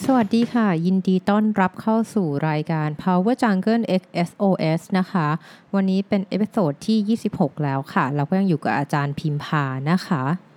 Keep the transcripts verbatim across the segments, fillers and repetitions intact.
สวัสดีค่ะยินดีต้อนรับเข้าสู่รายการ Power Jungle เอ็กซ์ เอส โอ เอส นะคะวันนี้เป็นเอพิโซดที่ยี่สิบหกแล้วค่ะเราก็ยังอยู่กับอาจารย์พิมพานะคะ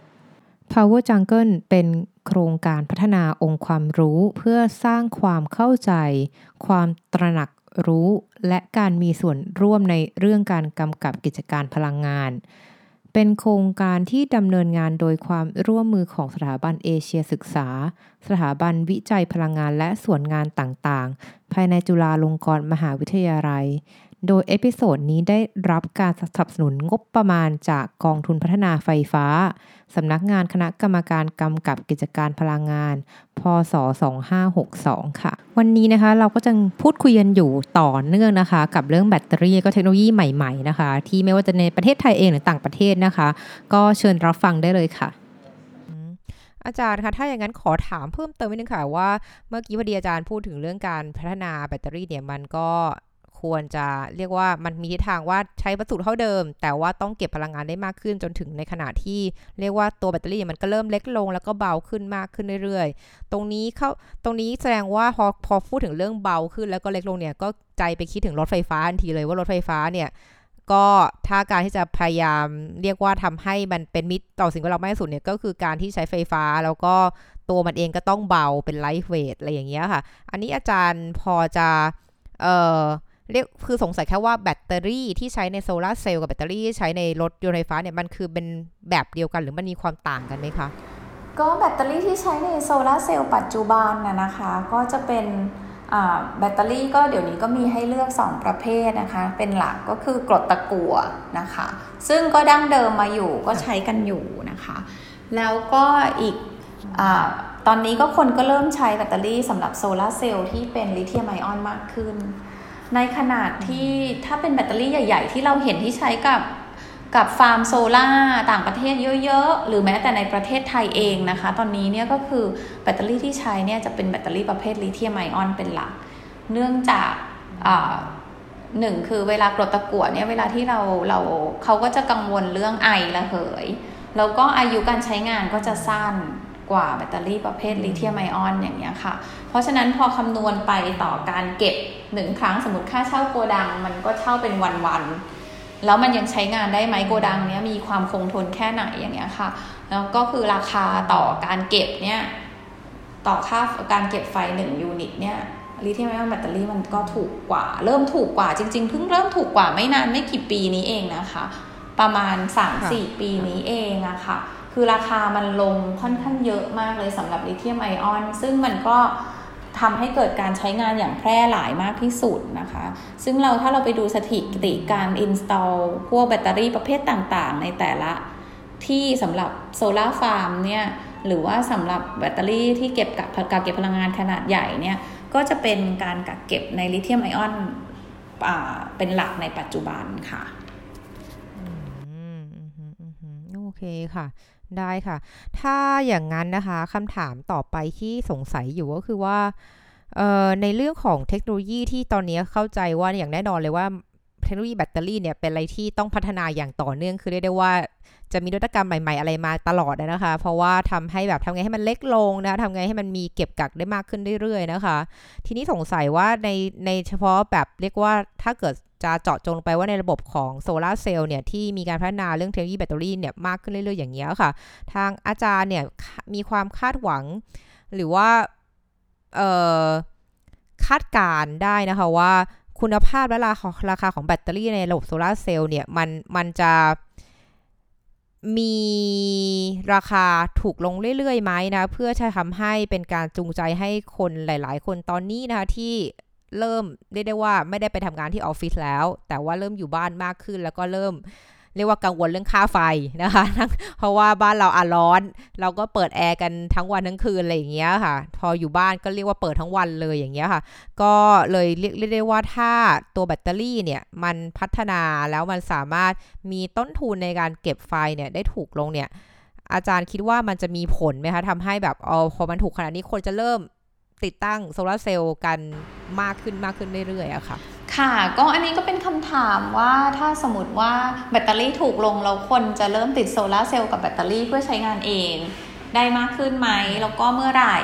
Power Jungle เป็นโครงการพัฒนาองค์ความรู้เพื่อสร้างความเข้าใจความตระหนักรู้และการมีส่วนร่วมในเรื่องการกำกับกิจการพลังงานเป็นโครงการที่ดำเนินงานโดยความร่วมมือของสถาบันเอเชียศึกษาสถาบันวิจัยพลังงานและส่วนงานต่างๆภายในจุฬาลงกรณ์มหาวิทยาลัยโดยเอพิโซดนี้ได้รับการสนับสนุนงบประมาณจากกองทุนพัฒนาไฟฟ้าสำนักงานคณะกรรมการกำกับกิจการพลังงานพ.ศ. สองพันห้าร้อยหกสิบสองค่ะวันนี้นะคะเราก็จะพูดคุยกันอยู่ต่อเนื่องนะคะกับเรื่องแบตเตอรี่ก็เทคโนโลยีใหม่ๆนะคะที่ไม่ว่าจะในประเทศไทยเองหรือต่างประเทศนะคะก็เชิญรับฟังได้เลยค่ะอาจารย์คะถ้าอย่างนั้นขอถามเพิ่มเติมนิดนึงค่ะว่าเมื่อกี้พอดีอาจารย์พูดถึงเรื่องการพัฒนาแบตเตอรี่เนี่ยมันก็ควรจะเรียกว่ามันมีทิศทางว่าใช้วัสดุเท่าเดิมแต่ว่าต้องเก็บพลังงานได้มากขึ้นจนถึงในขณะที่เรียกว่าตัวแบตเตอรี่มันก็เริ่มเล็กลงแล้วก็เบาขึ้นมากขึ้นเรื่อยๆตรงนี้เข้าตรงนี้แสดงว่าพอพอพูดถึงเรื่องเบาขึ้นแล้วก็เล็กลงเนี่ยก็ใจไปคิดถึงรถไฟฟ้าทันทีเลยว่ารถไฟฟ้าเนี่ยก็ถ้าการที่จะพยายามเรียกว่าทำให้มันเป็นมิตรต่อสิ่งแวดล้อมมากที่สุดเนี่ยก็คือการที่ใช้ไฟฟ้าแล้วก็ตัวมันเองก็ต้องเบาเป็นไลท์เวทอะไรอย่างเงี้ยค่ะอันนี้อาจารย์พอจะเอ่อเรียกคือสงสัยแค่ว่าแบตเตอรี่ที่ใช้ในโซลาร์เซลล์กับแบตเตอรี่ที่ใช้ในรถยนต์ไฟฟ้าเนี่ยมันคือเป็นแบบเดียวกันหรือมันมีความต่างกันไหมคะก็แบตเตอรี่ที่ใช้ในโซลาร์เซลล์ปัจจุบันน่ะนะคะก็จะเป็นแบตเตอรี่ก็เดี๋ยวนี้ก็มีให้เลือกสองประเภทนะคะเป็นหลักก็คือกรดตะกั่วนะคะซึ่งก็ดั้งเดิมมาอยู่ก็ใช้กันอยู่นะคะแล้วก็อีกอตอนนี้ก็คนก็เริ่มใช้แบตเตอรี่สำหรับโซลาร์เซลล์ที่เป็นลิเธียมไอออนมากขึ้นในขนาดที่ถ้าเป็นแบตเตอรี่ใหญ่ๆที่เราเห็นที่ใช้กับกับฟาร์มโซล่าต่างประเทศเยอะๆหรือแม้แต่ในประเทศไทยเองนะคะตอนนี้เนี่ยก็คือแบตเตอรี่ที่ใช้เนี่ยจะเป็นแบตเตอรี่ประเภทลิเธียมไอออนเป็นหลักเนื่องจากหนึ่งคือเวลากรดตะกั่วเนี่ยเวลาที่เราเราเขาก็จะกังวลเรื่องไอระเหยแล้วก็อายุการใช้งานก็จะสั้นกว่าแบตเตอรี่ประเภทลิเธียมไอออนอย่างเงี้ยค่ะเพราะฉะนั้นพอคำนวณไปต่อการเก็บหนึ่งครั้งสมมติค่าเช่าโกดังมันก็เช่าเป็นวันๆแล้วมันยังใช้งานได้ไหมโกดังเนี้ยมีความคงทนแค่ไหนอย่างเงี้ยค่ะแล้วก็คือราคาต่อการเก็บเนี่ยต่อค่าการเก็บไฟหนึ่งยูนิตเนี่ยลิเธียมไอออนแบตเตอรี่มันก็ถูกกว่าเริ่มถูกกว่าจริงๆเพิ่งเริ่มถูกกว่าไม่นานไม่กี่ปีนี้เองนะคะประมาณ สามถึงสี่ ปีนี้เองอะค่ะคือราคามันลงค่อนข้างเยอะมากเลยสำหรับลิเธียมไอออนซึ่งมันก็ทำให้เกิดการใช้งานอย่างแพร่หลายมากที่สุดนะคะซึ่งเราถ้าเราไปดูสถิติการ install พวกแบตเตอรี่ประเภทต่างๆในแต่ละที่สำหรับโซล่าร์ฟาร์มเนี่ยหรือว่าสำหรับแบตเตอรี่ที่เก็บกักกักเก็บพลังงานขนาดใหญ่เนี่ยก็จะเป็นการกักเก็บในลิเธียมไอออนอ่าเป็นหลักในปัจจุบันค่ะโอเคค่ะได้ค่ะถ้าอย่างนั้นนะคะคำถามต่อไปที่สงสัยอยู่ก็คือว่าในเรื่องของเทคโนโลยีที่ตอนนี้เข้าใจว่าอย่างแน่นอนเลยว่าเทคโนโลยีแบตเตอรี่เนี่ยเป็นอะไรที่ต้องพัฒนาอย่างต่อเนื่องคือเรียกได้ว่าจะมีนวัตกรรมใหม่ๆอะไรมาตลอดนะคะเพราะว่าทำให้แบบทำไงให้มันเล็กลงนะทำไงให้มันมีเก็บกักได้มากขึ้นเรื่อยๆนะคะทีนี้สงสัยว่าในในเฉพาะแบบเรียกว่าถ้าเกิดจะเจาะจงไปว่าในระบบของโซลาร์เซลล์เนี่ยที่มีการพัฒนาเรื่องเทคโนโลยีแบตเตอรี่เนี่ยมากขึ้นเรื่อยๆอย่างเงี้ยค่ะทางอาจารย์เนี่ยมีความคาดหวังหรือว่าเอ่อคาดการได้นะคะว่าคุณภาพและราคาของแบตเตอรี่ในระบบโซลาร์เซลล์เนี่ยมันมันจะมีราคาถูกลงเรื่อยๆไหมนะเพื่อจะทำให้เป็นการจูงใจให้คนหลายๆคนตอนนี้นะคะที่เริ่มเรียกได้ว่าไม่ได้ไปทำงานที่ออฟฟิศแล้วแต่ว่าเริ่มอยู่บ้านมากขึ้นแล้วก็เริ่มเรียกว่ากังวลเรื่องค่าไฟนะคะเพราะว่าบ้านเราอ่ะร้อนเราก็เปิดแอร์กันทั้งวันทั้งคืนอะไรอย่างเงี้ยค่ะพออยู่บ้านก็เรียกว่าเปิดทั้งวันเลยอย่างเงี้ยค่ะก็เลยเรียกได้ว่าถ้าตัวแบตเตอรี่เนี่ยมันพัฒนาแล้วมันสามารถมีต้นทุนในการเก็บไฟเนี่ยได้ถูกลงเนี่ยอาจารย์คิดว่ามันจะมีผลไหมคะทำให้แบบอ๋อพอมันถูกขนาดนี้คนจะเริ่มติดตั้งโซลาร์เซลล์กันมากขึ้นมากขึ้นเรื่อยๆอะค่ะค่ะก็อันนี้ก็เป็นคำถามว่าถ้าสมมติว่าแบตเตอรี่ถูกลงแล้วคนจะเริ่มติดโซลาร์เซลล์กับแบตเตอรี่เพื่อใช้งานเองได้มากขึ้นไหมแล้วก็เมื่อไหร่อะไรอย่าง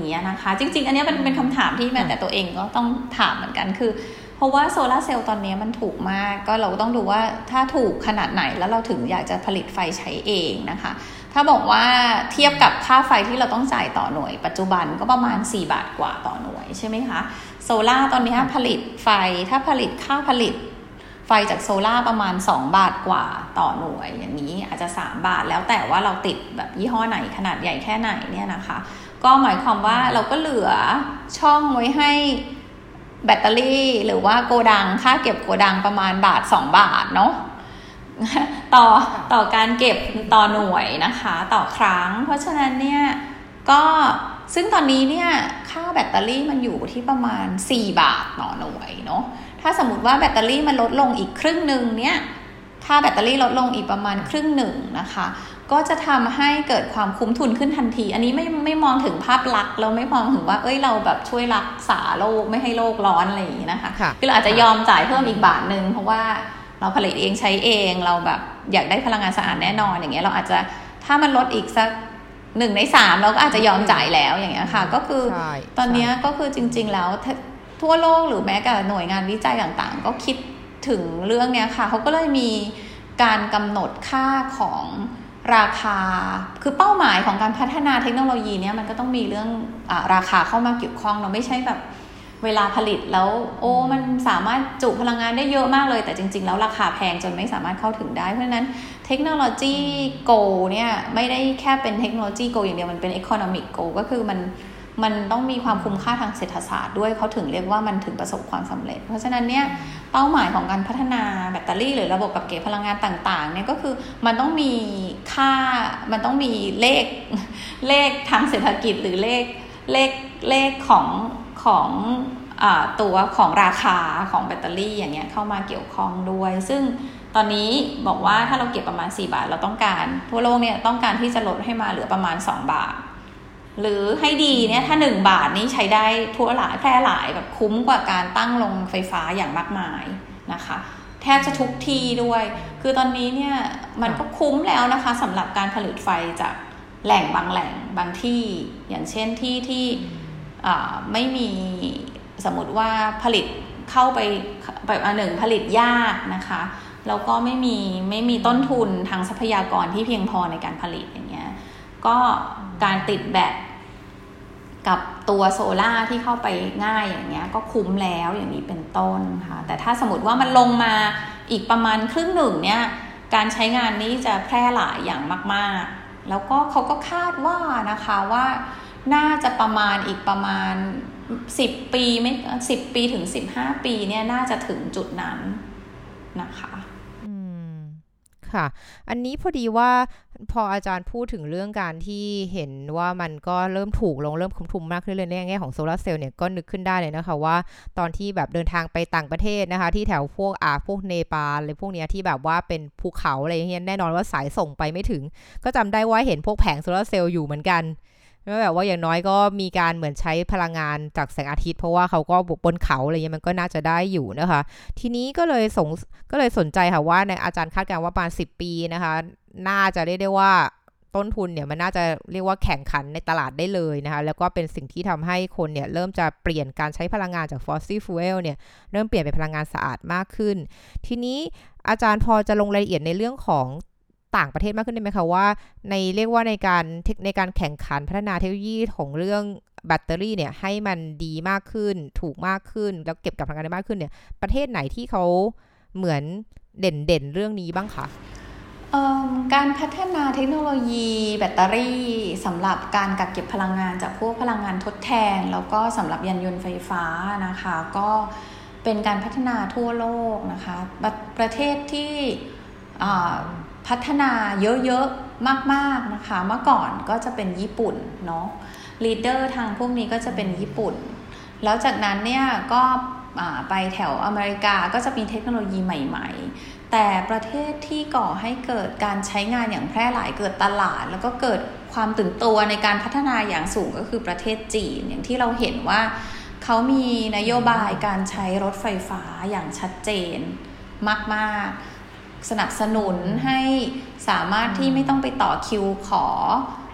เงี้ยนะคะจริงๆอันนี้เป็นเป็นคำถามที่แม้แต่ตัวเองก็ต้องถามเหมือนกันคือเพราะว่าโซลาร์เซลล์ตอนนี้มันถูกมากก็เราต้องดูว่าถ้าถูกขนาดไหนแล้วเราถึงอยากจะผลิตไฟใช้เองนะคะถ้าบอกว่าเทียบกับค่าไฟที่เราต้องจ่ายต่อหน่วยปัจจุบันก็ประมาณสี่บาทกว่าต่อหน่วยใช่ไหมคะโซลาร์ตอนนี้ผลิตไฟถ้าผลิตค่าผลิตไฟจากโซลาร์ประมาณสองบาทกว่าต่อหน่วยอย่างนี้อาจจะสามบาทแล้วแต่ว่าเราติดแบบยี่ห้อไหนขนาดใหญ่แค่ไหนเนี่ยนะคะก็หมายความว่าเราก็เหลือช่องไว้ให้แบตเตอรี่หรือว่าโกดังค่าเก็บโกดังประมาณบาทสองบาทเนาะต่อต่อการเก็บต่อหน่วยนะคะต่อครั้งเพราะฉะนั้นเนี่ยก็ซึ่งตอนนี้เนี่ยค่าแบตเตอรี่มันอยู่ที่ประมาณสี่บาทต่อหน่วยเนาะถ้าสมมติว่าแบตเตอรี่มันลดลงอีกครึ่งหนึ่งเนี่ยค่าแบตเตอรี่ลดลงอีกประมาณครึ่งหนึ่งนะคะก็จะทำให้เกิดความคุ้มทุนขึ้นทันทีอันนี้ไม่ไม่มองถึงภาพลักษณ์เราไม่มองถึงว่าเอ้ยเราแบบช่วยรักษาโลกไม่ให้โลกร้อนอะไรอย่างนี้นะคะคือเราอาจจะยอมจ่ายเพิ่มอีกบาทนึงเพราะว่าเราผลิตเองใช้เองเราแบบอยากได้พลังงานสะอาดแน่นอนอย่างเงี้ยเราอาจจะถ้ามันลดอีกสักหนึ่งในสามเราก็อาจจะยอมจ่ายแล้วอย่างเงี้ยค่ะก็คือตอนนี้ก็คือจริงๆแล้วทั่วโลกหรือแม้แต่หน่วยงานวิจัยต่างๆก็คิดถึงเรื่องเนี้ยค่ะเขาก็เลยมีการกำหนดค่าของราคาคือเป้าหมายของการพัฒนาเทคโนโลยีเนี้ยมันก็ต้องมีเรื่องอ่าราคาเข้ามาเกี่ยวข้องเราไม่ใช่แบบเวลาผลิตแล้วโอ้มันสามารถจุพลังงานได้เยอะมากเลยแต่จริงๆแล้วราคาแพงจนไม่สามารถเข้าถึงได้เพราะฉะนั้นเทคโนโลยี goal เนี่ยไม่ได้แค่เป็นเทคโนโลยี goal อย่างเดียวมันเป็น economic goal ก็คือมันมันต้องมีความคุ้มค่าทางเศรษฐศาสตร์ด้วยเขาถึงเรียกว่ามันถึงประสบความสำเร็จเพราะฉะนั้นเนี่ยเป้าหมายของการพัฒนาแบตเตอรี่หรือระบบกักเก็บพลังงานต่างๆเนี่ยก็คือมันต้องมีค่ามันต้องมีเลขเลขทางเศรษฐกิจหรือเลขเลขเลขของของอ่าตัวของราคาของแบตเตอรี่อย่างเงี้ยเข้ามาเกี่ยวข้องด้วยซึ่งตอนนี้บอกว่าถ้าเราเก็บประมาณสี่บาทเราต้องการทั่วโลกเนี่ยต้องการที่จะลดให้มาเหลือประมาณสองบาทหรือให้ดีเนี่ยถ้าหนึ่งบาทนี้ใช้ได้ทั่วหลายแพร่หลายแบบคุ้มกว่าการตั้งโรงไฟฟ้าอย่างมากมายนะคะแทบจะทุกที่ด้วยคือตอนนี้เนี่ยมันก็คุ้มแล้วนะคะสำหรับการผลิตไฟจากแหล่งบางแหล่งบางที่อย่างเช่นที่ที่ไม่มีสมมติว่าผลิตเข้าไปแบบอันหนึ่งผลิตยากนะคะแล้วก็ไม่มีไม่มีต้นทุนทางทรัพยากรที่เพียงพอในการผลิตอย่างเงี้ยก็การติดแบตกับตัวโซล่าที่เข้าไปง่ายอย่างเงี้ยก็คุ้มแล้วอย่างนี้เป็นต้นค่ะแต่ถ้าสมมติว่ามันลงมาอีกประมาณครึ่งหนึ่งเนี่ยการใช้งานนี้จะแพร่หลายอย่างมากๆแล้วก็เขาก็คาดว่านะคะว่าน่าจะประมาณอีกประมาณสิบปีไม่สิบปีถึงสิบห้าปีเนี่ยน่าจะถึงจุดนั้นนะคะอืมค่ะอันนี้พอดีว่าพออาจารย์พูดถึงเรื่องการที่เห็นว่ามันก็เริ่มถูกลงเริ่มคุ้มทุนมากขึ้นเลยในแง่ของโซลาร์เซลล์เนี่ยก็นึกขึ้นได้เลยนะคะว่าตอนที่แบบเดินทางไปต่างประเทศนะคะที่แถวพวกอ่าพวกเนปาลอะไรพวกเนี้ยที่แบบว่าเป็นภูเขาอะไรเงี้ยแน่นอนว่าสายส่งไปไม่ถึงก็จำได้ว่าเห็นพวกแผงโซลาร์เซลล์อยู่เหมือนกันแบบว่าอย่างน้อยก็มีการเหมือนใช้พลังงานจากแสงอาทิตย์เพราะว่าเขาก็บนเขาอะไรเงี้ยมันก็น่าจะได้อยู่นะคะทีนี้ก็เลยสงก็เลยสนใจค่ะว่าในอาจารย์คาดการณ์ว่าประมาณสิบปีนะคะน่าจะเรียกได้ว่าต้นทุนเนี่ยมันน่าจะเรียกว่าแข่งขันในตลาดได้เลยนะคะแล้วก็เป็นสิ่งที่ทำให้คนเนี่ยเริ่มจะเปลี่ยนการใช้พลังงานจากฟอสซิลฟูเอลเนี่ยเริ่มเปลี่ยนเป็นพลังงานสะอาดมากขึ้นทีนี้อาจารย์พอจะลงรายละเอียดในเรื่องของต่างประเทศมากขึ้นได้ไหมคะว่าในเรียกว่าในการในการแข่งขันพัฒนาเทคโนโลยีของเรื่องแบตเตอรี่เนี่ยให้มันดีมากขึ้นถูกมากขึ้นแล้วเก็บกับพลังงานได้มากขึ้นเนี่ยประเทศไหนที่เขาเหมือนเด่นๆเรื่องนี้บ้างคะการพัฒนาเทคโนโลยีแบตเตอรี่สำหรับการกักเก็บพลังงานจากพวกพลังงานทดแทนแล้วก็สำหรับยานยนต์ไฟฟ้านะคะก็เป็นการพัฒนาทั่วโลกนะคะประประเทศที่พัฒนาเยอะๆมากๆนะคะเมื่อก่อนก็จะเป็นญี่ปุ่นเนาะลีดเดอร์ทางพวกนี้ก็จะเป็นญี่ปุ่นแล้วจากนั้นเนี่ยก็ไปแถวอเมริกาก็จะมีเทคโนโลยีใหม่ๆแต่ประเทศที่ก่อให้เกิดการใช้งานอย่างแพร่หลายเกิดตลาดแล้วก็เกิดความตื่นตัวในการพัฒนาอย่างสูงก็คือประเทศจีนอย่างที่เราเห็นว่าเขามีนโยบายการใช้รถไฟฟ้าอย่างชัดเจนมากๆสนับสนุนให้สามารถที่ไม่ต้องไปต่อคิวขอ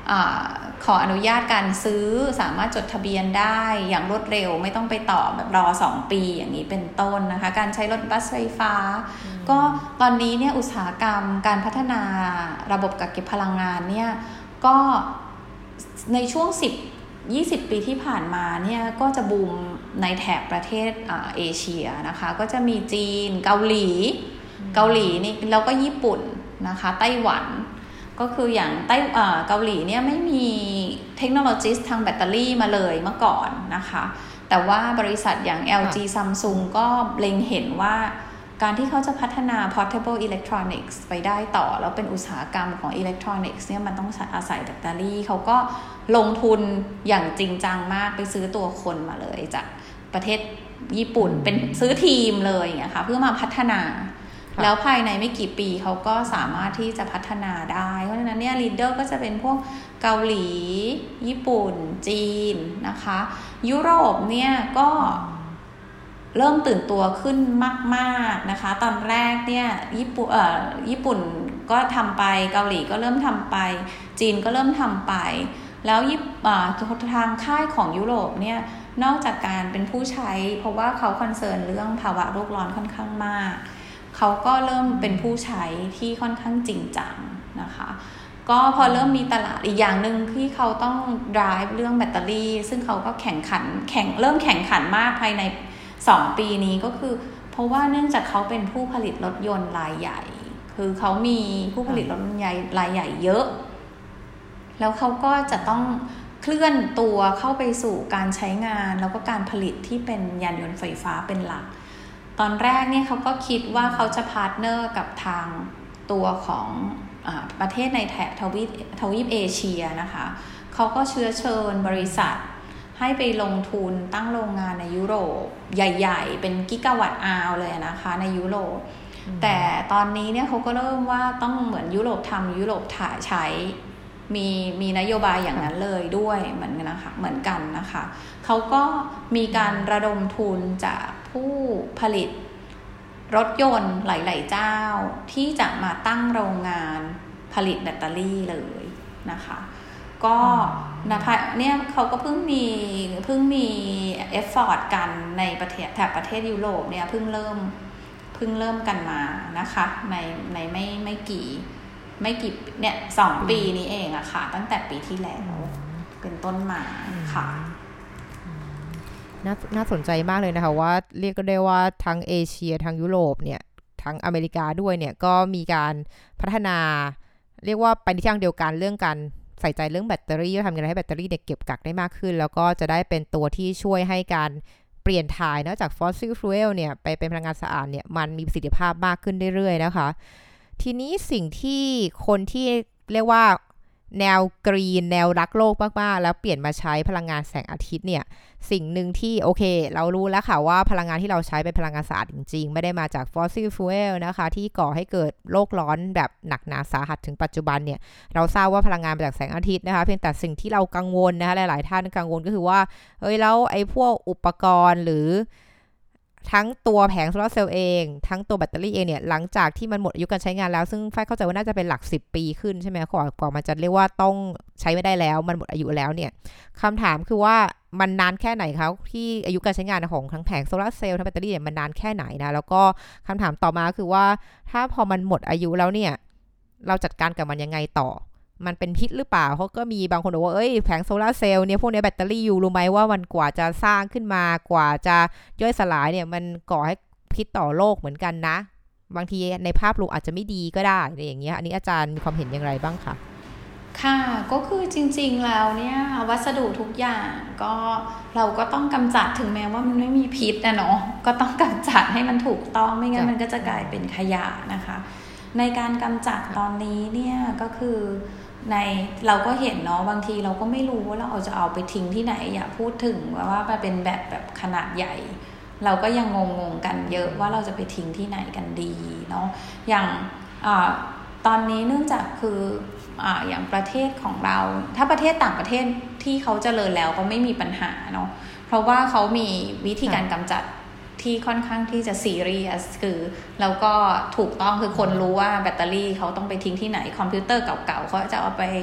ขออนุญาตการซื้อสามารถจดทะเบียนได้อย่างรวดเร็วไม่ต้องไปต่อแบบรอสองปีอย่างนี้เป็นต้นนะคะการใช้รถบัสไฟฟ้าก็ตอนนี้เนี่ยอุตสาหกรรมการพัฒนาระบบกักเก็บพลังงานเนี่ยก็ในช่วงสิบ ยี่สิบปีที่ผ่านมาเนี่ยก็จะบูมในแถบประเทศอ่าเอเชียนะคะก็จะมีจีนเกาหลีเกาหลีนี่แล้วก็ญี่ปุ่นนะคะไต้หวันก็คืออย่างไต้เกาหลีเนี่ยไม่มีเทคโนโลยีทางแบตเตอรี่มาเลยเมื่อก่อนนะคะแต่ว่าบริษัทอย่าง แอล จี Samsung ก็เล็งเห็นว่าการที่เขาจะพัฒนา portable electronics ไปได้ต่อแล้วเป็นอุตสาหกรรมของ electronics เนี่ยมันต้องอาศัยแบตเตอรี่เขาก็ลงทุนอย่างจริงจังมากไปซื้อตัวคนมาเลยจากประเทศญี่ปุ่นเป็นซื้อทีมเลยอย่างเงี้ยค่ะเพื่อมาพัฒนาแล้วภายในไม่กี่ปีเขาก็สามารถที่จะพัฒนาได้เพราะฉะนั้นเนี่ยลีดเดอร์ก็จะเป็นพวกเกาหลีญี่ปุ่นจีนนะคะยุโรปเนี่ยก็เริ่มตื่นตัวขึ้นมากๆนะคะตอนแรกเนี่ยญี่ปุ่นเอ่อญี่ปุ่นก็ทำไปเกาหลีก็เริ่มทำไปจีนก็เริ่มทำไปแล้วญี่ปุ่นทางค่ายของยุโรปเนี่ยนอกจากการเป็นผู้ใช้เพราะว่าเขาคอนเซิร์นเรื่องภาวะโลกร้อนค่อนข้างมากเขาก็เริ่มเป็นผู้ใช้ที่ค่อนข้างจริงจังนะคะก็พอเริ่มมีตลาดอีกอย่างหนึ่งที่เขาต้อง drive เรื่องแบตเตอรี่ซึ่งเขาก็แข่งขันแข่งเริ่มแข่งขันมากภายในสองปีนี้ก็คือเพราะว่าเนื่องจากเขาเป็นผู้ผลิตรถยนต์รายใหญ่คือเขามีผู้ผลิตรถยนต์รายใหญ่เยอะแล้วเขาก็จะต้องเคลื่อนตัวเข้าไปสู่การใช้งานแล้วก็การผลิตที่เป็นยานยนต์ไฟฟ้าเป็นหลักตอนแรกเนี่ยเขาก็คิดว่าเขาจะพาร์ทเนอร์กับทางตัวของอ่าประเทศในแถบทวีปทวีปเอเชียนะคะเขาก็เชื้อเชิญบริษัทให้ไปลงทุนตั้งโรงงานในยุโรปใหญ่ๆเป็นกิกะวัตต์อาวเลยนะคะในยุโรปแต่ตอนนี้เนี่ยเขาก็เริ่มว่าต้องเหมือนยุโรปทำยุโรปถ่ายใช้มีมีนโยบายอย่างนั้นเลยด้วยเหมือนกันนะคะเหมือนกันนะคะเขาก็มีการระดมทุนจากผู้ผลิตรถยนต์หลายๆเจ้าที่จะมาตั้งโรงงานผลิตแบตเตอรี่เลยนะคะก็นะคะเนี่ยเขาก็เพิ่งมีเพิ่งมีเอฟฟอร์ตกันในประเทศแถบประเทศยุโรปเนี่ยเพิ่งเริ่มเพิ่งเริ่มกันมานะคะในในไม่ไม่กี่ไม่กี่เนี่ยสองปีนี้เองอะค่ะตั้งแต่ปีที่แล้วเป็นต้นมาค่ะน่าน่าสนใจมากเลยนะคะว่าเรียกได้ว่าทั้งเอเชียทั้งยุโรปเนี่ยทั้งอเมริกาด้วยเนี่ยก็มีการพัฒนาเรียกว่าไปในทางเดียวกันเรื่องการใส่ใจเรื่องแบตเตอรี่ทำยังไงให้แบตเตอรี่เนี่ยเก็บกักได้มากขึ้นแล้วก็จะได้เป็นตัวที่ช่วยให้การเปลี่ยนถ่ายนอกจากฟอสซิลฟิวเอลเนี่ยไปเป็นพลังงานสะอาดเนี่ยมันมีประสิทธิภาพมากขึ้นเรื่อยๆนะคะทีนี้สิ่งที่คนที่เรียกว่าแนวกรีนแนวรักโลกมากๆแล้วเปลี่ยนมาใช้พลังงานแสงอาทิตย์เนี่ยสิ่งหนึ่งที่โอเคเรารู้แล้วค่ะว่าพลังงานที่เราใช้เป็นพลังงานสะอาดจริงๆไม่ได้มาจากฟอสซิลฟิวเอลนะคะที่ก่อให้เกิดโลกร้อนแบบหนักหนาสาหัสถึงปัจจุบันเนี่ยเราทราบว่าพลังงานมาจากแสงอาทิตย์นะคะเพียงแต่สิ่งที่เรากังวลนะคะหลายๆท่านกังวลก็คือว่าเอ้ยแล้วไอ้พวกอุปกรณ์หรือทั้งตัวแผงโซลาร์เซลล์เองทั้งตัวแบตเตอรี่เองเนี่ยหลังจากที่มันหมดอายุการใช้งานแล้วซึ่งฝ้ายเข้าใจว่าน่าจะเป็นหลักสิบปีขึ้นใช่ไหมกว่ากว่ามันจะเรียกว่าต้องใช้ไม่ได้แล้วมันหมดอายุแล้วเนี่ยคำถามคือว่ามันนานแค่ไหนคะที่อายุการใช้งานของทั้งแผงโซลาร์เซลล์ทั้งแบตเตอรี่เนี่ยมันนานแค่ไหนนะแล้วก็คำถามต่อมาคือว่าถ้าพอมันหมดอายุแล้วเนี่ยเราจัดการกับมันยังไงต่อมันเป็นพิษหรือเปล่าเขาก็มีบางคนบอกว่าเอ้ยแผงโซลาร์เซลล์เนี่ยพวกนี้แบตเตอรี่อยู่รู้ไหมว่ามันกว่าจะสร้างขึ้นมากว่าจะย่อยสลายเนี่ยมันก่อให้พิษต่อโลกเหมือนกันนะบางทีในภาพรวมอาจจะไม่ดีก็ได้อะไรอย่างเงี้ยอันนี้อาจารย์มีความเห็นอย่างไรบ้างคะค่ะก็คือจริงๆแล้วเนี่ยวัสดุทุกอย่างก็เราก็ต้องกำจัดถึงแม้ว่ามันไม่มีพิษนะเนาะก็ต้องกำจัดให้มันถูกต้องไม่งั้นมันก็จะกลายเป็นขยะนะคะในการกำจัดตอนนี้เนี่ยก็คือในเราก็เห็นเนาะบางทีเราก็ไม่รู้ว่าเราจะเอาไปทิ้งที่ไหนอย่าพูดถึงว่ามันเป็นแบบแบบขนาดใหญ่เราก็ยังงงๆกันเยอะว่าเราจะไปทิ้งที่ไหนกันดีเนาะอย่างอ่าตอนนี้เนื่องจากคืออ่าอย่างประเทศของเราถ้าประเทศต่างประเทศที่เขาเจริญแล้วก็ไม่มีปัญหาเนาะเพราะว่าเขามีวิธีการกำจัดที่ค่อนข้างที่จะซีเรียสคือแล้วก็ถูกต้องคือคนรู้ว่าแบตเตอรี่เขาต้องไปทิ้งที่ไหนคอมพิวเตอร์เก่าๆเขาจะเอาไป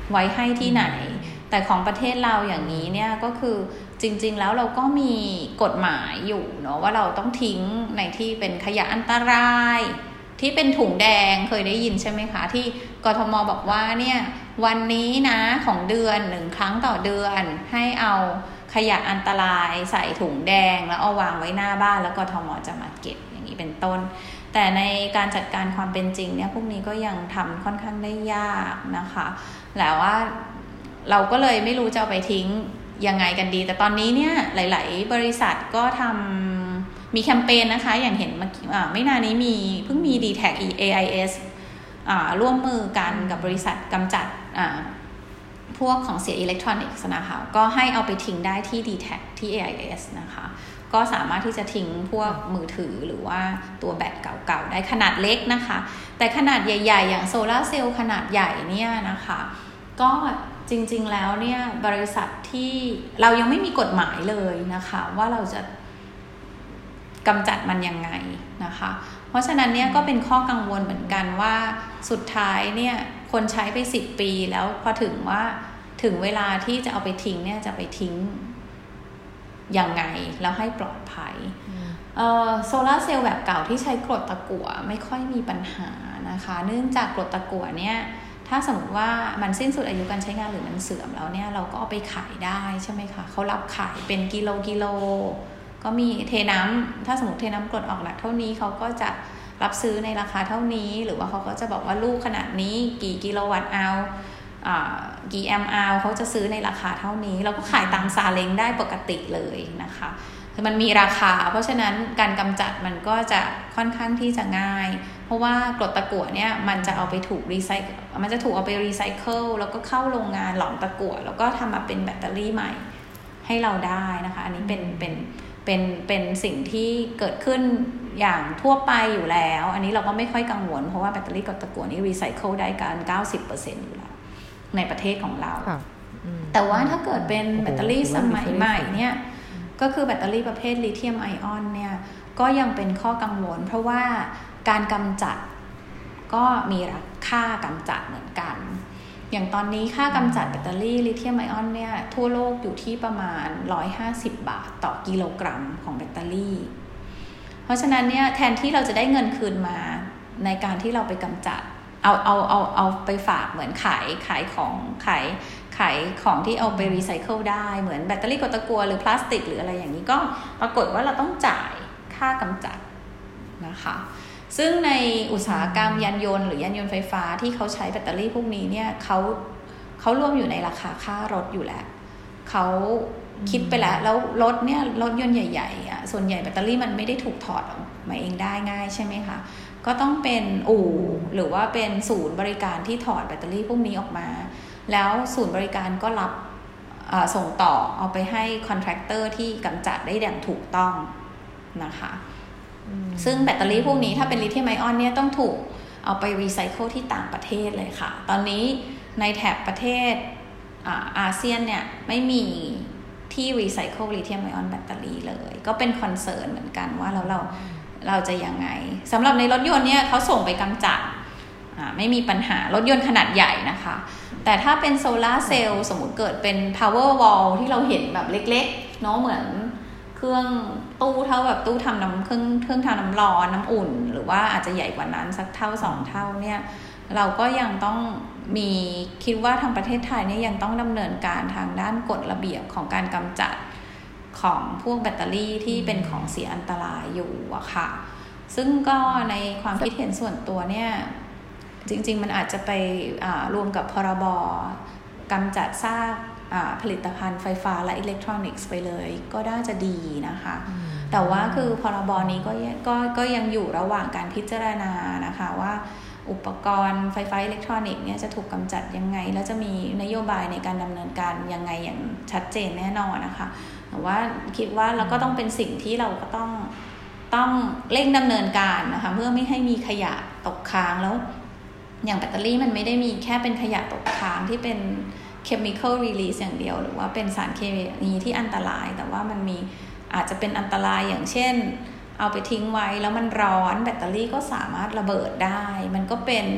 ไว้ให้ที่ไหนแต่ของประเทศเราอย่างนี้เนี่ยก็คือจริงๆแล้วเราก็มีกฎหมายอยู่เนาะว่าเราต้องทิ้งในที่เป็นขยะอันตรายที่เป็นถุงแดงเคยได้ยินใช่ไหมคะที่กทม.บอกว่าเนี่ยวันนี้นะของเดือนหนึ่งครั้งต่อเดือนให้เอาขยะอันตรายใส่ถุงแดงแล้วเอาวางไว้หน้าบ้านแล้วกทม.จะมาเก็บอย่างนี้เป็นต้นแต่ในการจัดการความเป็นจริงเนี่ยพวกนี้ก็ยังทำค่อนข้างได้ยากนะคะแล้วว่าเราก็เลยไม่รู้จะเอาไปทิ้งยังไงกันดีแต่ตอนนี้เนี่ยหลายๆบริษัทก็ทำมีแคมเปญนะคะอย่างเห็นเมื่อไม่นานนี้มีเพิ่งมี ดี แท็ก เอ ไอ เอส อ่าร่วมมือกันกับบริษัทกำจัดอ่าพวกของเสียอิเล็กทรอนิกส์นะคะก็ให้เอาไปทิ้งได้ที่ ดี แท็ก ที่ เอ ไอ เอส นะคะก็สามารถที่จะทิ้งพวกมือถือหรือว่าตัวแบตเก่าๆได้ขนาดเล็กนะคะแต่ขนาดใหญ่ๆอย่างโซลาร์เซลล์ขนาดใหญ่เนี่ยนะคะก็จริงๆแล้วเนี่ยบริษัทที่เรายังไม่มีกฎหมายเลยนะคะว่าเราจะกำจัดมันยังไงนะคะเพราะฉะนั้นเนี่ยก็เป็นข้อกังวลเหมือนกันว่าสุดท้ายเนี่ยคนใช้ไปสิบปีแล้วพอถึงว่าถึงเวลาที่จะเอาไปทิ้งเนี่ยจะไปทิ้งยังไงแล้วให้ปลอดภัยเอ่อโซลาร์เซลล์แบบเก่าที่ใช้กรดตะกั่วไม่ค่อยมีปัญหานะคะเนื่องจากกรดตะกั่วเนี่ยถ้าสมมติว่ามันสิ้นสุดอายุการใช้งานหรือมันเสื่อมแล้วเนี่ยเราก็เอาไปขายได้ใช่ไหมคะเขารับขายเป็นกิโลกิโลก็มีเทน้ำถ้าสมมติเทน้ำกรดออกหนักเท่านี้เขาก็จะรับซื้อในราคาเท่านี้หรือว่าเขาก็จะบอกว่าลูกขนาดนี้กี่กิโลวัตต์เอากี่แอมป์เอาเขาจะซื้อในราคาเท่านี้เราก็ขายตามซาเล้งได้ปกติเลยนะคะมันมีราคาเพราะฉะนั้นการกำจัดมันก็จะค่อนข้างที่จะง่ายเพราะว่ากรดตะกั่วเนี่ยมันจะเอาไปถูกรีไซเคิลมันจะถูกเอาไปรีไซเคิลแล้วก็เข้าโรงงานหลอมตะกั่วแล้วก็ทำมาเป็นแบตเตอรี่ใหม่ให้เราได้นะคะอันนี้เป็นเป็นเป็นเป็นสิ่งที่เกิดขึ้นอย่างทั่วไปอยู่แล้วอันนี้เราก็ไม่ค่อยกังวลเพราะว่าแบตเตอรี่กรดตะกั่วนี้รีไซเคิลได้กัน เก้าสิบเปอร์เซ็นต์ อยู่แล้วในประเทศของเราแต่ว่าถ้าเกิดเป็นแบตเตอรี่สมัยใหม่เนี่ยก็คือแบตเตอรี่ประเภทลิเธียมไอออนเนี่ยก็ยังเป็นข้อกังวลเพราะว่าการกำจัดก็มีราคากำจัดเหมือนกันอย่างตอนนี้ค่ากำจัดแบตเตอรี่ลิเธียมไอออนเนี่ยทั่วโลกอยู่ที่ประมาณหนึ่งร้อยห้าสิบบาทต่อกิโลกรัมของแบตเตอรี่เพราะฉะนั้นเนี่ยแทนที่เราจะได้เงินคืนมาในการที่เราไปกำจัดเอาเอาเอาเอาไปฝากเหมือนขายขายของขายขายของที่เอาไปรีไซเคิลได้เหมือนแบตเตอรี่กรดตะกั่วหรือพลาสติกหรืออะไรอย่างนี้ก็ปรากฏว่าเราต้องจ่ายค่ากำจัดนะคะซึ่งในอุตสาหกรรมยานยนต์หรือยานยนต์ไฟฟ้าที่เขาใช้แบตเตอรี่พวกนี้เนี่ยเขาเขารวมอยู่ในราคาค่ารถอยู่แล้วเขาคิดไปแล้วแล้วรถเนี่ยรถยนต์ใหญ่ๆอ่ะส่วนใหญ่แบตเตอรี่มันไม่ได้ถูกถอดออกมาเองได้ง่ายใช่ไหมคะก็ต้องเป็นอู่หรือว่าเป็นศูนย์บริการที่ถอดแบตเตอรี่พวกนี้ออกมาแล้วศูนย์บริการก็รับส่งต่อเอาไปให้คอนแทรคเตอร์ที่กำจัดได้อย่างถูกต้องนะคะซึ่งแบตเตอรี่พวกนี้ถ้าเป็นลิเธียมไอออนเนี่ยต้องถูกเอาไปรีไซเคิลที่ต่างประเทศเลยค่ะตอนนี้ในแถบประเทศอาอาเซียนเนี่ยไม่มีที่รีไซเคิลลิเธียมไอออนแบตเตอรี่เลยก็เป็นคอนเซิร์นเหมือนกันว่าแล้วเราเราจะยังไงสำหรับในรถยนต์เนี่ยเขาส่งไปกำจัดไม่มีปัญหารถยนต์ขนาดใหญ่นะคะแต่ถ้าเป็นโซลาร์เซลล์สมมุติเกิดเป็น power wall ที่เราเห็นแบบเล็กๆเนาะเหมือนเครื่องตู้เท่าแบบตู้ทำน้ำเครื่องเครื่องทำน้ำร้อนน้ำอุ่นหรือว่าอาจจะใหญ่กว่านั้นสักเท่าสองเท่าเนี่ยเราก็ยังต้องมีคิดว่าทางประเทศไทยเนี่ยยังต้องดำเนินการทางด้านกฎระเบียบของการกำจัดของพวกแบตเตอรี่ที่เป็นของเสียอันตรายอยู่อะค่ะซึ่งก็ในความคิดเห็นส่วนตัวเนี่ยจริงๆมันอาจจะไปรวมกับพรบกำจัดซากผลิตภัณฑ์ไฟฟ้าและอิเล็กทรอนิกส์ไปเลยก็น่าจะดีนะคะแต่ว่าคือพรบนี้ก็ก็ก็ยังอยู่ระหว่างการพิจารณานะคะว่าอุปกรณ์ไฟฟ้าอิเล็กทรอนิกส์เนี่ยจะถูกกำจัดยังไงแล้วจะมีนโยบายในการดำเนินการยังไงอย่างชัดเจนแน่นอนนะคะแต่ว่าคิดว่าแล้วก็ต้องเป็นสิ่งที่เราก็ต้องต้องเร่งดำเนินการนะคะเพื่อไม่ให้มีขยะตกค้างแล้วอย่างแบตเตอรี่มันไม่ได้มีแค่เป็นขยะตกค้างที่เป็น chemical release อย่างเดียวหรือว่าเป็นสารเคมีที่อันตรายแต่ว่ามันมีอาจจะเป็นอันตรายอย่างเช่นเอาไปทิ้งไว้แล้วมันร้อนแบตเตอรี่ก็สามารถระเบิดได้มันก็เป็น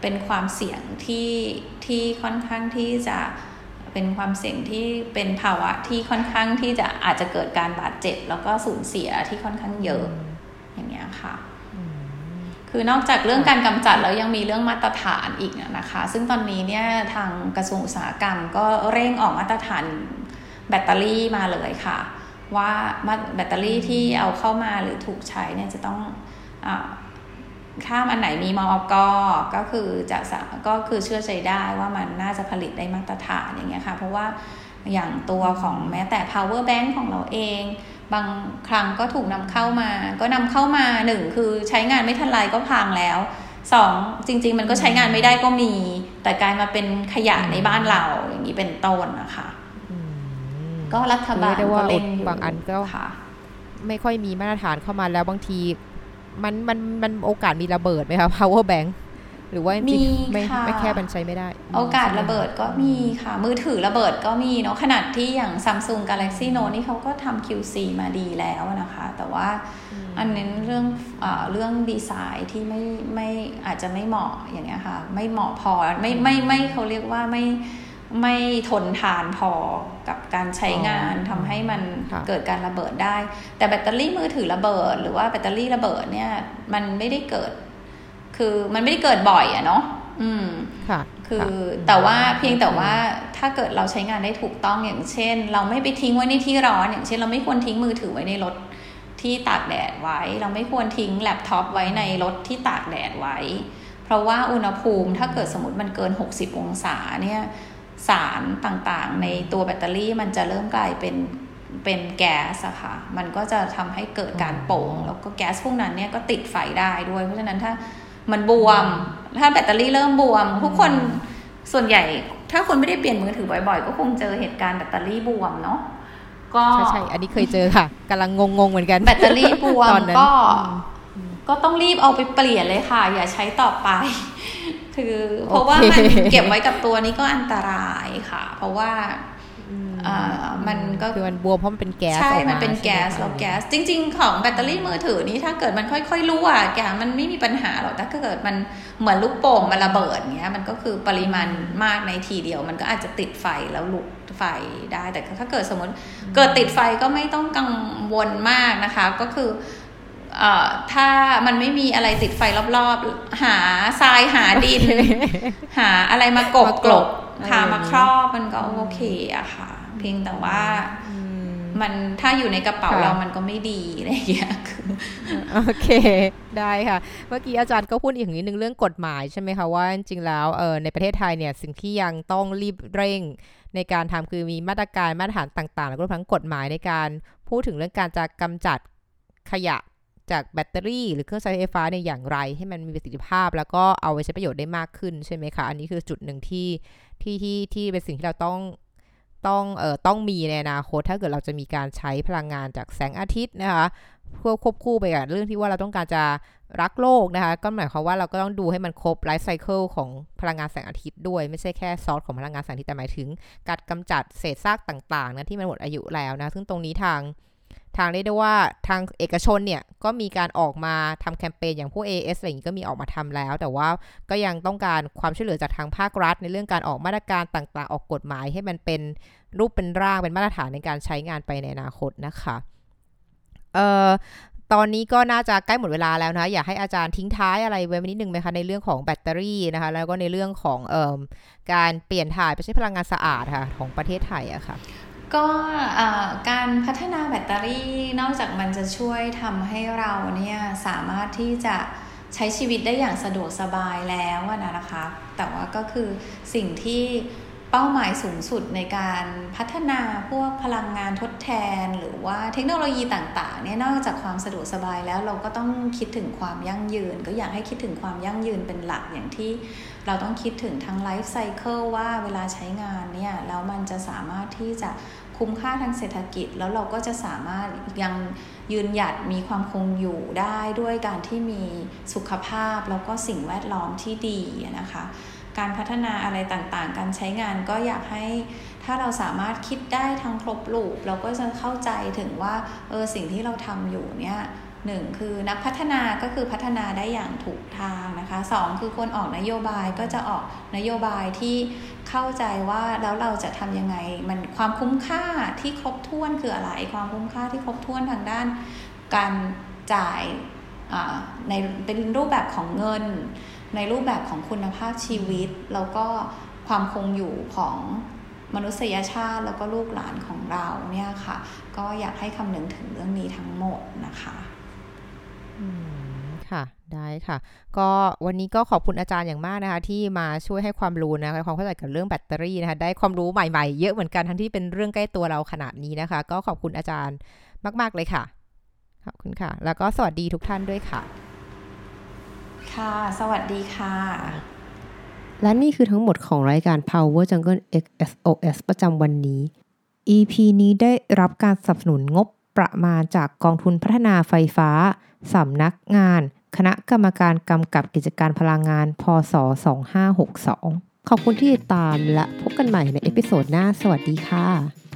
เป็นความเสี่ยงที่ที่ค่อนข้างที่จะเป็นความเสี่ยงที่เป็นภาวะที่ค่อนข้างที่จะอาจจะเกิดการบาดเจ็บแล้วก็สูญเสียที่ค่อนข้างเยอะอย่างเงี้ยค่ะคือนอกจากเรื่องการกำจัดแล้วยังมีเรื่องมาตรฐานอีกนะคะซึ่งตอนนี้เนี่ยทางกระทรวงอุตสาหกรรมก็เร่งออกมาตรฐานแบตเตอรี่มาเลยค่ะว่าแบตเตอรี่ที่เอาเข้ามาหรือถูกใช้เนี่ยจะต้องถ้าอันไหนมีมอกก็คือจะก็คือเชื่อใจได้ว่ามันน่าจะผลิตได้มาตรฐานอย่างเงี้ยค่ะเพราะว่าอย่างตัวของแม้แต่ power bank ของเราเองบางครั้งก็ถูกนำเข้ามาก็นำเข้ามาหนึ่งคือใช้งานไม่ทันไรก็พังแล้วสองจริงๆมันก็ใช้งานไม่ได้ก็มีแต่กลายมาเป็นขยะในบ้านเราอย่างนี้เป็นต้นนะคะก็รัฐบาลก็เล่นอยู่บางอันก็ไม่ค่อยมีมาตรฐานเข้ามาแล้วบางทีมันมันมันโอกาสมีระเบิดไหมคะ power bank หรือว่าจริงไม่ไม่แค่มันใช้ไม่ได้โอกาสระเบิดก็มีค่ะมือถือระเบิดก็มีเนาะขนาดที่อย่าง Samsung Galaxy Note นี่เขาก็ทำ คิว ซี มาดีแล้วนะคะแต่ว่าอันนี้เรื่องเอ่อเรื่องดีไซน์ที่ไม่ไม่อาจจะไม่เหมาะอย่างเงี้ยค่ะไม่เหมาะพอไม่ไม่ไม่เขาเรียกว่าไม่ไม่ทนทานพอกับการใช้งานทำให้มันเกิดการระเบิดได้แต่แบตเตอรี่มือถือระเบิดหรือว่าแบตเตอรี่ระเบิดเนี่ยมันไม่ได้เกิดคือมันไม่ได้เกิดบ่อยอะเนาะอืมค่ะคือแต่ว่าเพียงแต่ว่าถ้าเกิดเราใช้งานได้ถูกต้องอย่างเช่นเราไม่ไปทิ้งไว้ในที่ร้อนอย่างเช่นเราไม่ควรทิ้งมือถือไว้ในรถที่ตากแดดไว้เราไม่ควรทิ้งแล็ปท็อปไว้ในรถที่ตากแดดไว้เพราะว่าอุณหภูมิถ้าเกิดสมมติมันเกินหกสิบองศาเนี่ยสารต่างๆในตัวแบตเตอรี่มันจะเริ่มกลายเป็นเป็นแก๊สอะค่ะมันก็จะทำให้เกิดการโป่งแล้วก็แก๊สพวกนั้นเนี่ยก็ติดไฟได้ด้วยเพราะฉะนั้นถ้ามันบวมถ้าแบตเตอรี่เริ่มบวมทุกคนส่วนใหญ่ถ้าคนไม่ได้เปลี่ยนมือถือบ่อยๆก็คงเจอเหตุการณ์แบตเตอรี่บวมเนาะก็ใช่ๆอันนี้เคยเจอค่ะกำลังงงๆเหมือนกันแบตเตอรี่บวมก็ก็ต้องรีบเอาไปเปลี่ยนเลยค่ะอย่าใช้ต่อไปคือเพราะว่ามันเก็บไว้กับตัวนี้ก็อันตรายค่ะเพราะว่าอ่ามันก็คือมันบวมเพราะมันเป็นแก๊สใช่มันเป็นแก๊สแล้วแก๊สจริงๆของแบตเตอรี่มือถือนี้ถ้าเกิดมันค่อยๆรั่วแก๊สมันไม่มีปัญหาหรอกถ้าเกิดมันเหมือนลูกโป่งมันระเบิดเงี้ยมันก็คือปริมาณมากในทีเดียวมันก็อาจจะติดไฟแล้วลุกไฟได้แต่ถ้าเกิดสมมติเกิดติดไฟก็ไม่ต้องกังวลมากนะคะก็คือเอ่อถ้ามันไม่มีอะไรติดไฟรอบๆหาทรายหาดิน หาอะไรมากบกลบหามาครอบมันก็โอเคอะค่ะเพียงแต่ว่ามันถ้าอยู่ในกระเป๋าเรามันก็ไม่ดีอะไรอย่างเงี้ยคือโอเคได้ค่ะเมื่อกี้อาจารย์ก็พูดอีกนิดนึงเรื่องกฎหมายใช่ไหมคะว่าจริงๆแล้วเออในประเทศไทยเนี่ยสิ่งที่ยังต้องรีบเร่งในการทำคือมีมาตรการมาตรฐานต่างๆแล้วก็ทั้งกฎหมายในการพูดถึงเรื่องการจะกำจัดขยะจากแบตเตอรี่หรือเครื่องใช้ไฟฟ้าในอย่างไรให้มันมีประสิทธิภาพแล้วก็เอาไปใช้ประโยชน์ได้มากขึ้นใช่ไหมคะอันนี้คือจุดหนึ่งที่ที่ที่ที่เป็นสิ่งที่เราต้องต้องเอ่อต้องมีในอนาคตถ้าเกิดเราจะมีการใช้พลังงานจากแสงอาทิตย์นะคะเพื่อควบคู่ไปกับเรื่องที่ว่าเราต้องการจะรักโลกนะคะก็หมายความว่าเราก็ต้องดูให้มันครบไลฟ์ไซเคิลของพลังงานแสงอาทิตย์ด้วยไม่ใช่แค่ซอสของพลังงานแสงอาทิตย์แต่หมายถึงการกำจัดเศษซากต่างๆนะที่มันหมดอายุแล้วนะซึ่งตรงนี้ทางทางเรียกได้ว่าทางเอกชนเนี่ยก็มีการออกมาทำแคมเปญอย่างพวก เอ เอ เอส อะไรอย่างนี้ก็มีออกมาทำแล้วแต่ว่าก็ยังต้องการความช่วยเหลือจากทางภาครัฐในเรื่องการออกมาตรการต่างๆออกกฎหมายให้มันเป็นรูปเป็นร่างเป็นมาตรฐานในการใช้งานไปในอนาคตนะคะเอ่อตอนนี้ก็น่าจะใกล้หมดเวลาแล้วนะอยากให้อาจารย์ทิ้งท้ายอะไรไว้นิดนึงไหมคะในเรื่องของแบตเตอรี่นะคะแล้วก็ในเรื่องของเอ่อการเปลี่ยนถ่ายไปใช้พลังงานสะอาดค่ะของประเทศไทยอะค่ะก็การพัฒนาแบตเตอรี่นอกจากมันจะช่วยทำให้เราเนี่ยสามารถที่จะใช้ชีวิตได้อย่างสะดวกสบายแล้วนะคะแต่ว่าก็คือสิ่งที่เป้าหมายสูงสุดในการพัฒนาพวกพลังงานทดแทนหรือว่าเทคโนโลยีต่างๆเนี่ยนอกจากความสะดวกสบายแล้วเราก็ต้องคิดถึงความยั่งยืนก็อยากให้คิดถึงความยั่งยืนเป็นหลักอย่างที่เราต้องคิดถึงทั้งไลฟ์ไซเคิลว่าเวลาใช้งานเนี่ยแล้วมันจะสามารถที่จะคุ้มค่าทางเศรษฐกิจแล้วเราก็จะสามารถยังยืนหยัดมีความคงอยู่ได้ด้วยการที่มีสุขภาพแล้วก็สิ่งแวดล้อมที่ดีนะคะการพัฒนาอะไรต่างๆการใช้งานก็อยากให้ถ้าเราสามารถคิดได้ทั้งครบรูปเราก็จะเข้าใจถึงว่าเออสิ่งที่เราทำอยู่เนี่ยหนึ่งคือนักพัฒนาก็คือพัฒนาได้อย่างถูกทางนะคะสองคือคนออกนโยบายก็จะออกนโยบายที่เข้าใจว่าแล้วเราจะทำยังไงมันความคุ้มค่าที่ครบถ้วนคืออะไรความคุ้มค่าที่ครบถ้วนทางด้านการจ่ายในเป็นรูปแบบของเงินในรูปแบบของคุณภาพชีวิตแล้วก็ความคงอยู่ของมนุษยชาติแล้วก็ลูกหลานของเราเนี่ยค่ะก็อยากให้คำนึงถึงเรื่องนี้ทั้งหมดนะคะอืมค่ะได้ค่ะก็วันนี้ก็ขอบคุณอาจารย์อย่างมากนะคะที่มาช่วยให้ความรู้นะคะความเข้าใจกับเรื่องแบตเตอรี่นะคะได้ความรู้ใหม่ๆเยอะเหมือนกันทั้งที่เป็นเรื่องใกล้ตัวเราขนาดนี้นะคะก็ขอบคุณอาจารย์มากๆเลยค่ะขอบคุณค่ะแล้วก็สวัสดีทุกท่านด้วยค่ะค่ะสวัสดีค่ะและนี่คือทั้งหมดของรายการ Power Jungle เอ็กซ์ เอส โอ เอส ประจำวันนี้ อี พี นี้ได้รับการสนับสนุนงบประมาณจากกองทุนพัฒนาไฟฟ้าสำนักงานคณะกรรมการกำกับกิจการพลังงานพ.ศ. สองพันห้าร้อยหกสิบสองขอบคุณที่ติดตามและพบกันใหม่ในเอพิโซดหน้าสวัสดีค่ะ